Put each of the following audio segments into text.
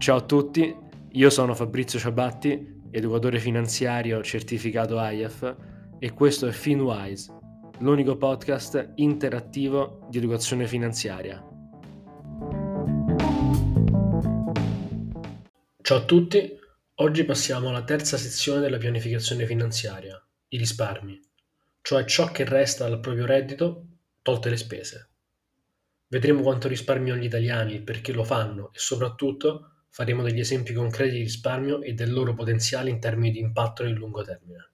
Ciao a tutti, io sono Fabrizio Ciabatti, educatore finanziario certificato IAF e questo è FinWise, l'unico podcast interattivo di educazione finanziaria. Ciao a tutti, oggi passiamo alla terza sezione della pianificazione finanziaria, i risparmi, cioè ciò che resta dal proprio reddito, tolte le spese. Vedremo quanto risparmiano gli italiani, il perché lo fanno e soprattutto faremo degli esempi concreti di risparmio e del loro potenziale in termini di impatto nel lungo termine.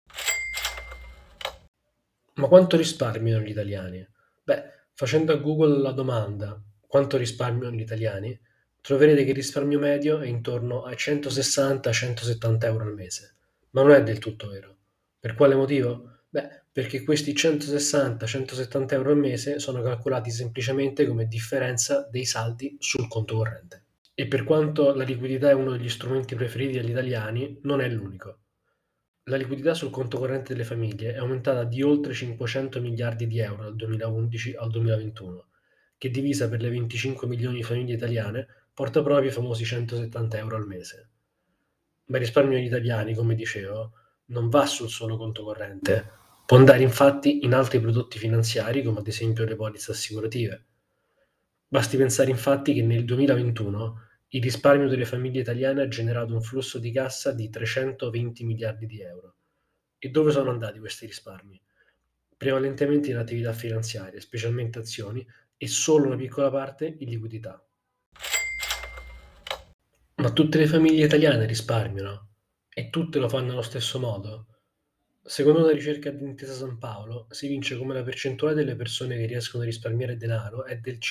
Ma quanto risparmiano gli italiani? Facendo a Google la domanda quanto risparmiano gli italiani, troverete che il risparmio medio è intorno ai 160-170 euro al mese. Ma non è del tutto vero. Per quale motivo? Perché questi 160-170 euro al mese sono calcolati semplicemente come differenza dei saldi sul conto corrente. E per quanto la liquidità è uno degli strumenti preferiti dagli italiani, non è l'unico. La liquidità sul conto corrente delle famiglie è aumentata di oltre 500 miliardi di euro dal 2011 al 2021, che divisa per le 25 milioni di famiglie italiane porta proprio i famosi 170 euro al mese. Ma il risparmio degli italiani, come dicevo, non va sul solo conto corrente, può andare infatti in altri prodotti finanziari come ad esempio le polizze assicurative. Basti pensare infatti che nel 2021 il risparmio delle famiglie italiane ha generato un flusso di cassa di 320 miliardi di euro. E dove sono andati questi risparmi? Prevalentemente in attività finanziarie, specialmente azioni, e solo una piccola parte in liquidità. Ma tutte le famiglie italiane risparmiano e tutte lo fanno allo stesso modo? Secondo una ricerca di Intesa San Paolo, si vince come la percentuale delle persone che riescono a risparmiare denaro è del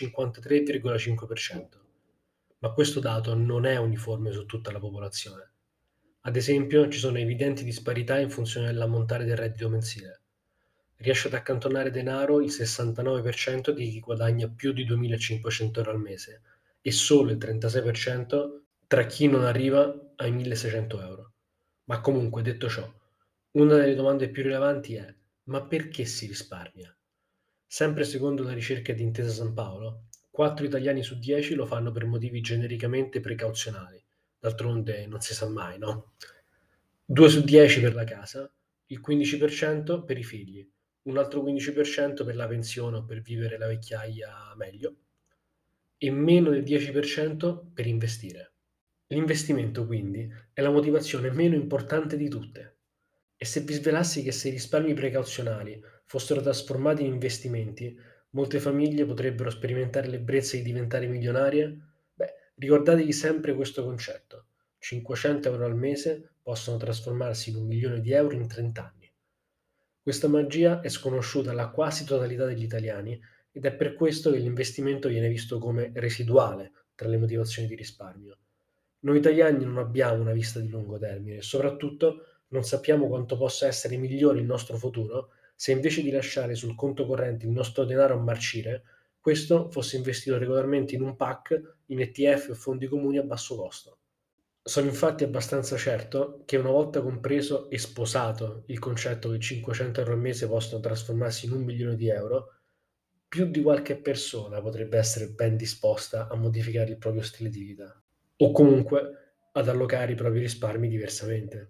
53,5%, ma questo dato non è uniforme su tutta la popolazione. Ad esempio, ci sono evidenti disparità in funzione dell'ammontare del reddito mensile. Riesce ad accantonare denaro il 69% di chi guadagna più di 2.500 euro al mese e solo il 36% tra chi non arriva ai 1.600 euro. Ma comunque, detto ciò, una delle domande più rilevanti è: ma perché si risparmia? Sempre secondo la ricerca di Intesa San Paolo, 4 italiani su 10 lo fanno per motivi genericamente precauzionali. D'altronde non si sa mai, no? 2 su 10 per la casa, il 15% per i figli, un altro 15% per la pensione o per vivere la vecchiaia meglio e meno del 10% per investire. L'investimento quindi è la motivazione meno importante di tutte. E se vi svelassi che se i risparmi precauzionali fossero trasformati in investimenti, molte famiglie potrebbero sperimentare l'ebbrezza di diventare milionarie? Ricordatevi sempre questo concetto. 500 euro al mese possono trasformarsi in 1 milione di euro in 30 anni. Questa magia è sconosciuta alla quasi totalità degli italiani ed è per questo che l'investimento viene visto come residuale tra le motivazioni di risparmio. Noi italiani non abbiamo una vista di lungo termine e soprattutto non sappiamo quanto possa essere migliore il nostro futuro se invece di lasciare sul conto corrente il nostro denaro a marcire, questo fosse investito regolarmente in un PAC, in ETF o fondi comuni a basso costo. Sono infatti abbastanza certo che una volta compreso e sposato il concetto che 500 euro al mese possono trasformarsi in 1 milione di euro, più di qualche persona potrebbe essere ben disposta a modificare il proprio stile di vita o comunque ad allocare i propri risparmi diversamente.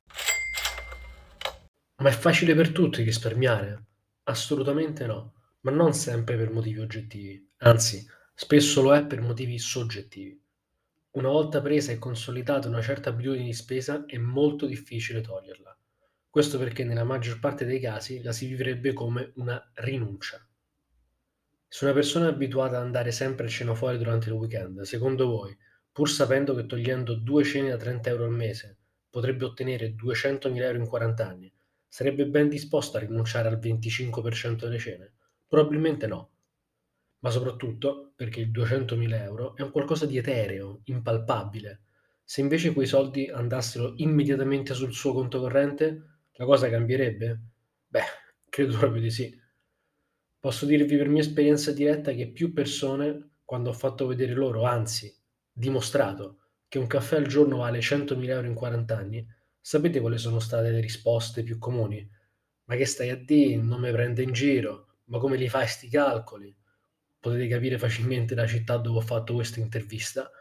Ma è facile per tutti risparmiare? Assolutamente no, ma non sempre per motivi oggettivi, anzi, spesso lo è per motivi soggettivi. Una volta presa e consolidata una certa abitudine di spesa è molto difficile toglierla. Questo perché nella maggior parte dei casi la si vivrebbe come una rinuncia. Se una persona è abituata ad andare sempre a cena fuori durante il weekend, secondo voi, pur sapendo che togliendo 2 cene da 30 euro al mese potrebbe ottenere 200.000 euro in 40 anni, sarebbe ben disposta a rinunciare al 25% delle cene? Probabilmente no, ma soprattutto perché il 200.000 euro è un qualcosa di etereo, impalpabile. Se invece quei soldi andassero immediatamente sul suo conto corrente, la cosa cambierebbe? Beh, credo proprio di sì. Posso dirvi per mia esperienza diretta che più persone, quando ho fatto vedere loro, anzi, dimostrato che un caffè al giorno vale 100.000 euro in 40 anni, sapete quali sono state le risposte più comuni? Ma che stai a dire? Non mi prende in giro? Ma come li fai sti calcoli? Potete capire facilmente la città dove ho fatto questa intervista.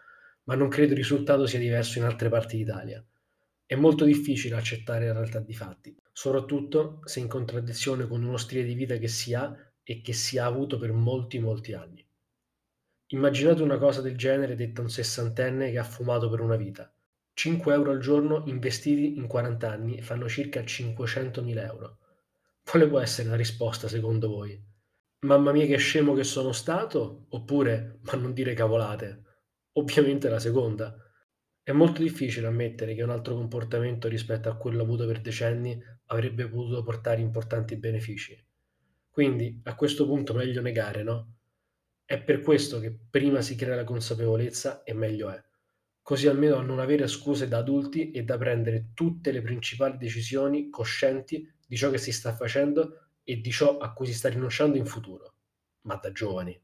ma non credo il risultato sia diverso in altre parti d'Italia. È molto difficile accettare la realtà di fatti, soprattutto se in contraddizione con uno stile di vita che si ha e che si è avuto per molti, molti anni. Immaginate una cosa del genere detta a un sessantenne che ha fumato per una vita. 5 € al giorno investiti in 40 anni fanno circa 500.000 euro. Quale può essere la risposta secondo voi? Mamma mia che scemo che sono stato? Oppure ma non dire cavolate? Ovviamente la seconda. È molto difficile ammettere che un altro comportamento rispetto a quello avuto per decenni avrebbe potuto portare importanti benefici. Quindi, a questo punto meglio negare, no? È per questo che prima si crea la consapevolezza e meglio è. Così almeno a non avere scuse da adulti e da prendere tutte le principali decisioni coscienti di ciò che si sta facendo e di ciò a cui si sta rinunciando in futuro, ma da giovani.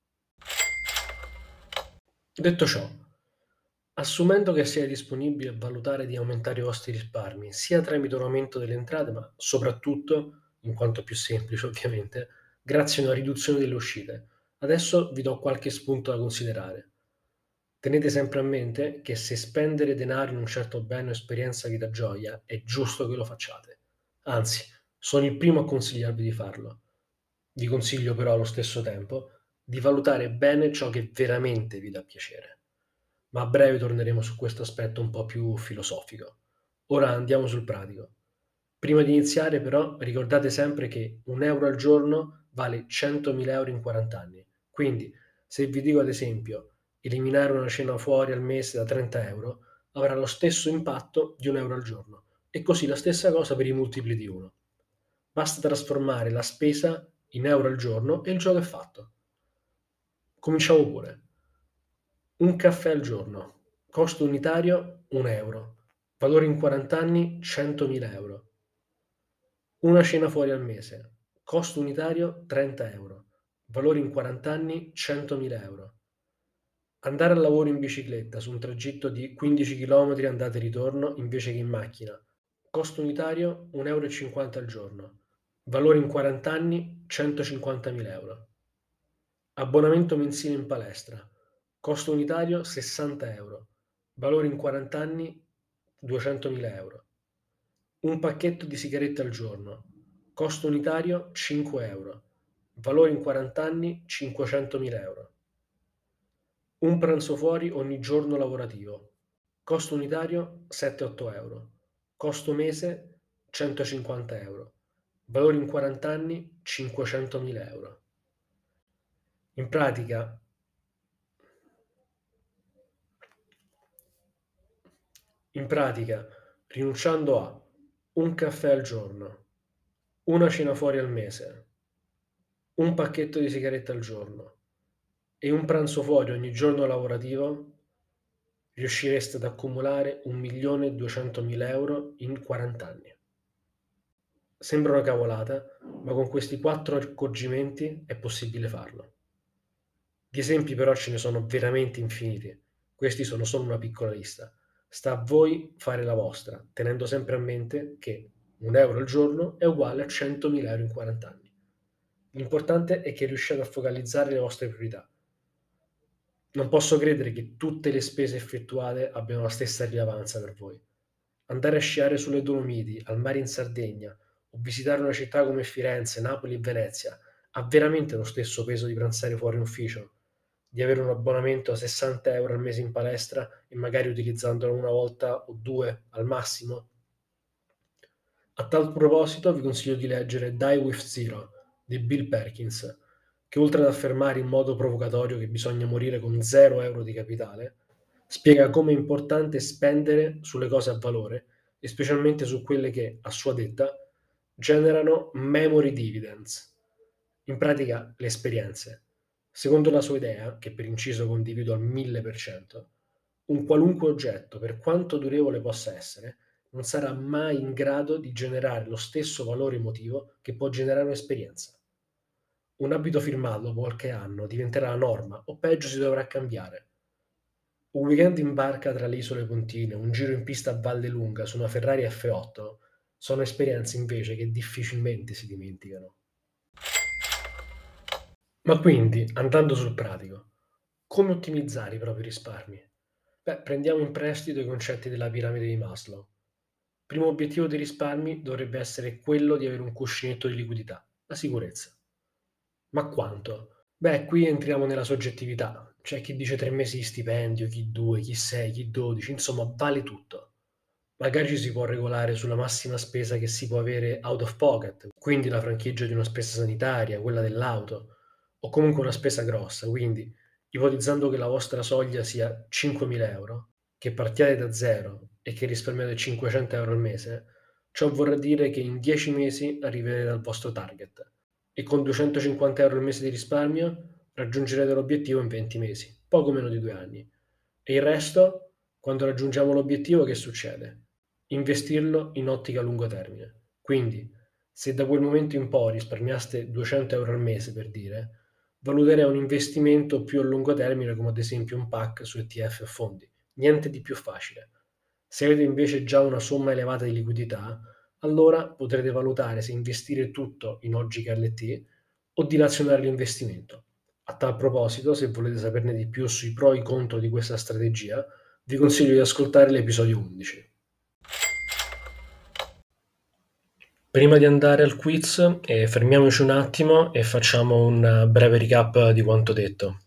Detto ciò, assumendo che sia disponibile a valutare di aumentare i vostri risparmi, sia tramite un aumento delle entrate, ma soprattutto, in quanto più semplice ovviamente, grazie a una riduzione delle uscite. Adesso vi do qualche spunto da considerare. Tenete sempre a mente che se spendere denaro in un certo bene o esperienza vi dà gioia, è giusto che lo facciate. Anzi, sono il primo a consigliarvi di farlo. Vi consiglio però allo stesso tempo di valutare bene ciò che veramente vi dà piacere. Ma a breve torneremo su questo aspetto un po' più filosofico. Ora andiamo sul pratico. Prima di iniziare però ricordate sempre che 1 € al giorno vale 100.000 euro in 40 anni. Quindi se vi dico ad esempio eliminare una cena fuori al mese da 30 euro avrà lo stesso impatto di 1 € al giorno e così la stessa cosa per i multipli di 1. Basta trasformare la spesa in euro al giorno e il gioco è fatto. Cominciamo pure. Un caffè al giorno, costo unitario 1 euro, valore in 40 anni 100.000 euro. Una cena fuori al mese, costo unitario 30 euro, valore in 40 anni 100.000 euro. Andare al lavoro in bicicletta su un tragitto di 15 km andata e ritorno invece che in macchina, costo unitario 1,50 € al giorno, valore in 40 anni 150.000 euro. Abbonamento mensile in palestra, costo unitario 60 euro, valore in 40 anni 200.000 euro. Un pacchetto di sigarette al giorno, costo unitario 5 euro, valore in 40 anni 500.000 euro. Un pranzo fuori ogni giorno lavorativo, costo unitario 7-8 euro, costo mese 150 euro, valore in 40 anni 500.000 euro. In pratica In pratica, rinunciando a un caffè al giorno, una cena fuori al mese, un pacchetto di sigarette al giorno e un pranzo fuori ogni giorno lavorativo, riuscireste ad accumulare 1.200.000 euro in 40 anni. Sembra una cavolata, ma con questi 4 accorgimenti è possibile farlo. Di esempi però ce ne sono veramente infiniti. Questi sono solo una piccola lista. Sta a voi fare la vostra, tenendo sempre a mente che 1 € al giorno è uguale a 100.000 euro in 40 anni. L'importante è che riusciate a focalizzare le vostre priorità. Non posso credere che tutte le spese effettuate abbiano la stessa rilevanza per voi. Andare a sciare sulle Dolomiti, al mare in Sardegna o visitare una città come Firenze, Napoli e Venezia ha veramente lo stesso peso di pranzare fuori in ufficio? Di avere un abbonamento a 60 euro al mese in palestra e magari utilizzandolo una volta o due al massimo? A tal proposito vi consiglio di leggere Die with Zero di Bill Perkins, che oltre ad affermare in modo provocatorio che bisogna morire con 0 euro di capitale, spiega come è importante spendere sulle cose a valore e specialmente su quelle che, a sua detta, generano memory dividends, in pratica le esperienze. Secondo la sua idea, che per inciso condivido al 1000%, un qualunque oggetto, per quanto durevole possa essere, non sarà mai in grado di generare lo stesso valore emotivo che può generare un'esperienza. Un abito firmato dopo qualche anno diventerà la norma o peggio si dovrà cambiare. Un weekend in barca tra le isole Pontine, un giro in pista a Vallelunga su una Ferrari F8 sono esperienze invece che difficilmente si dimenticano. Ma quindi, andando sul pratico, come ottimizzare i propri risparmi? Prendiamo in prestito i concetti della piramide di Maslow. Primo obiettivo dei risparmi dovrebbe essere quello di avere un cuscinetto di liquidità, la sicurezza. Ma quanto? Qui entriamo nella soggettività. C'è chi dice 3 mesi di stipendio, chi 2, chi 6, chi 12, insomma vale tutto. Magari ci si può regolare sulla massima spesa che si può avere out of pocket, quindi la franchigia di una spesa sanitaria, quella dell'auto, o comunque una spesa grossa, quindi ipotizzando che la vostra soglia sia 5.000 euro, che partiate da zero e che risparmiate 500 euro al mese, ciò vorrà dire che in 10 mesi arriverete al vostro target e con 250 euro al mese di risparmio raggiungerete l'obiettivo in 20 mesi, poco meno di 2 anni. E il resto, quando raggiungiamo l'obiettivo, che succede? Investirlo in ottica a lungo termine. Quindi, se da quel momento in poi risparmiaste 200 euro al mese, per dire, valuterei un investimento più a lungo termine, come ad esempio un PAC su ETF e fondi. Niente di più facile. Se avete invece già una somma elevata di liquidità, allora potrete valutare se investire tutto in oggi LT o dilazionare l'investimento. A tal proposito, se volete saperne di più sui pro e i contro di questa strategia, vi consiglio di ascoltare l'episodio 11. Prima di andare al quiz, fermiamoci un attimo e facciamo un breve recap di quanto detto.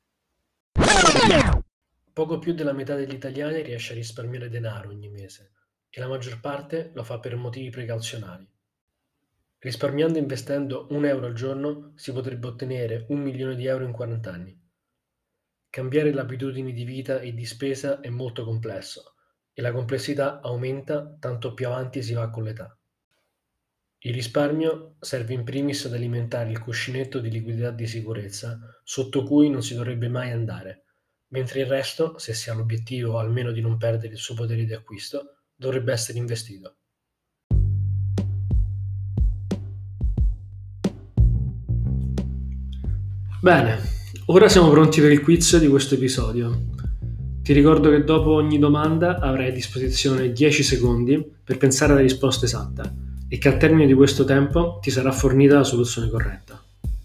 Poco più della metà degli italiani riesce a risparmiare denaro ogni mese e la maggior parte lo fa per motivi precauzionali. Risparmiando e investendo 1 euro al giorno si potrebbe ottenere 1 milione di euro in 40 anni. Cambiare le abitudini di vita e di spesa è molto complesso e la complessità aumenta tanto più avanti si va con l'età. Il risparmio serve in primis ad alimentare il cuscinetto di liquidità di sicurezza sotto cui non si dovrebbe mai andare, mentre il resto, se si ha l'obiettivo almeno di non perdere il suo potere di acquisto, dovrebbe essere investito. Bene, ora siamo pronti per il quiz di questo episodio. Ti ricordo che dopo ogni domanda avrai a disposizione 10 secondi per pensare alla risposta esatta e che al termine di questo tempo ti sarà fornita la soluzione corretta.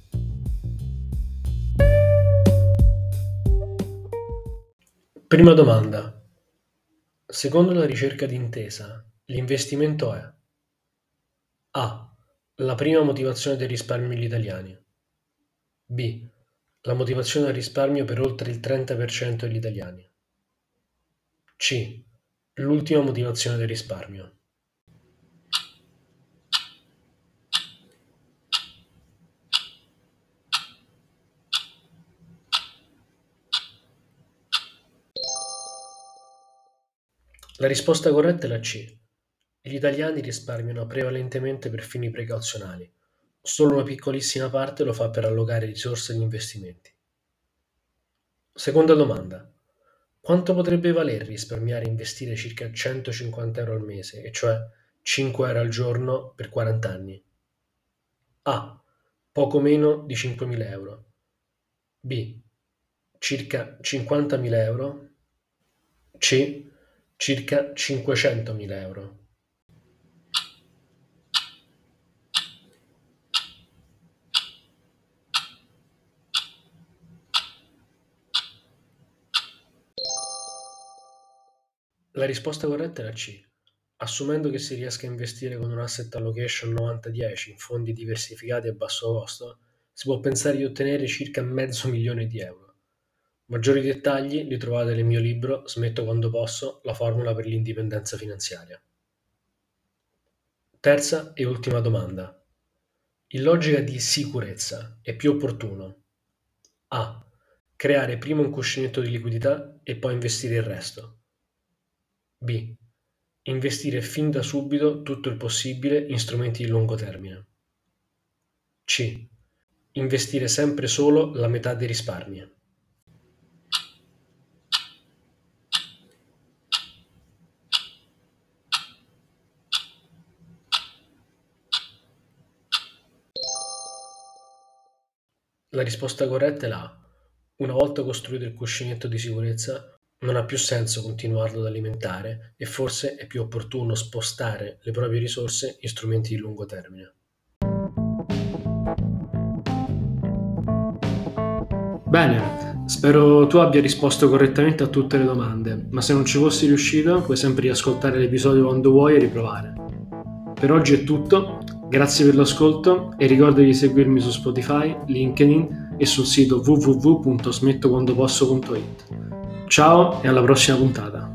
Prima domanda. Secondo la ricerca di Intesa, l'investimento è A. La prima motivazione del risparmio degli italiani. B. La motivazione al risparmio per oltre il 30% degli italiani. C. L'ultima motivazione del risparmio. La risposta corretta è la C. Gli italiani risparmiano prevalentemente per fini precauzionali. Solo una piccolissima parte lo fa per allocare risorse agli investimenti. Seconda domanda. Quanto potrebbe valere risparmiare e investire circa 150 euro al mese, e cioè 5 euro al giorno per 40 anni? A. Poco meno di 5.000 euro. B. Circa 50.000 euro. C. Circa 500.000 euro. La risposta corretta è la C. Assumendo che si riesca a investire con un asset allocation 90-10 in fondi diversificati a basso costo, si può pensare di ottenere circa $500.000 di euro. Maggiori dettagli li trovate nel mio libro Smetto quando posso, la formula per l'indipendenza finanziaria. Terza e ultima domanda. In logica di sicurezza è più opportuno A. Creare prima un cuscinetto di liquidità e poi investire il resto. B. Investire fin da subito tutto il possibile in strumenti di lungo termine. C. Investire sempre solo la metà dei risparmi. La risposta corretta è la A. Una volta costruito il cuscinetto di sicurezza, non ha più senso continuarlo ad alimentare e forse è più opportuno spostare le proprie risorse in strumenti di lungo termine. Bene, Spero tu abbia risposto correttamente a tutte le domande, ma se non ci fossi riuscito puoi sempre riascoltare l'episodio quando vuoi e riprovare. Per oggi è tutto, grazie per l'ascolto e ricorda di seguirmi su Spotify, LinkedIn e sul sito www.smettoquandoposso.it. Ciao e alla prossima puntata!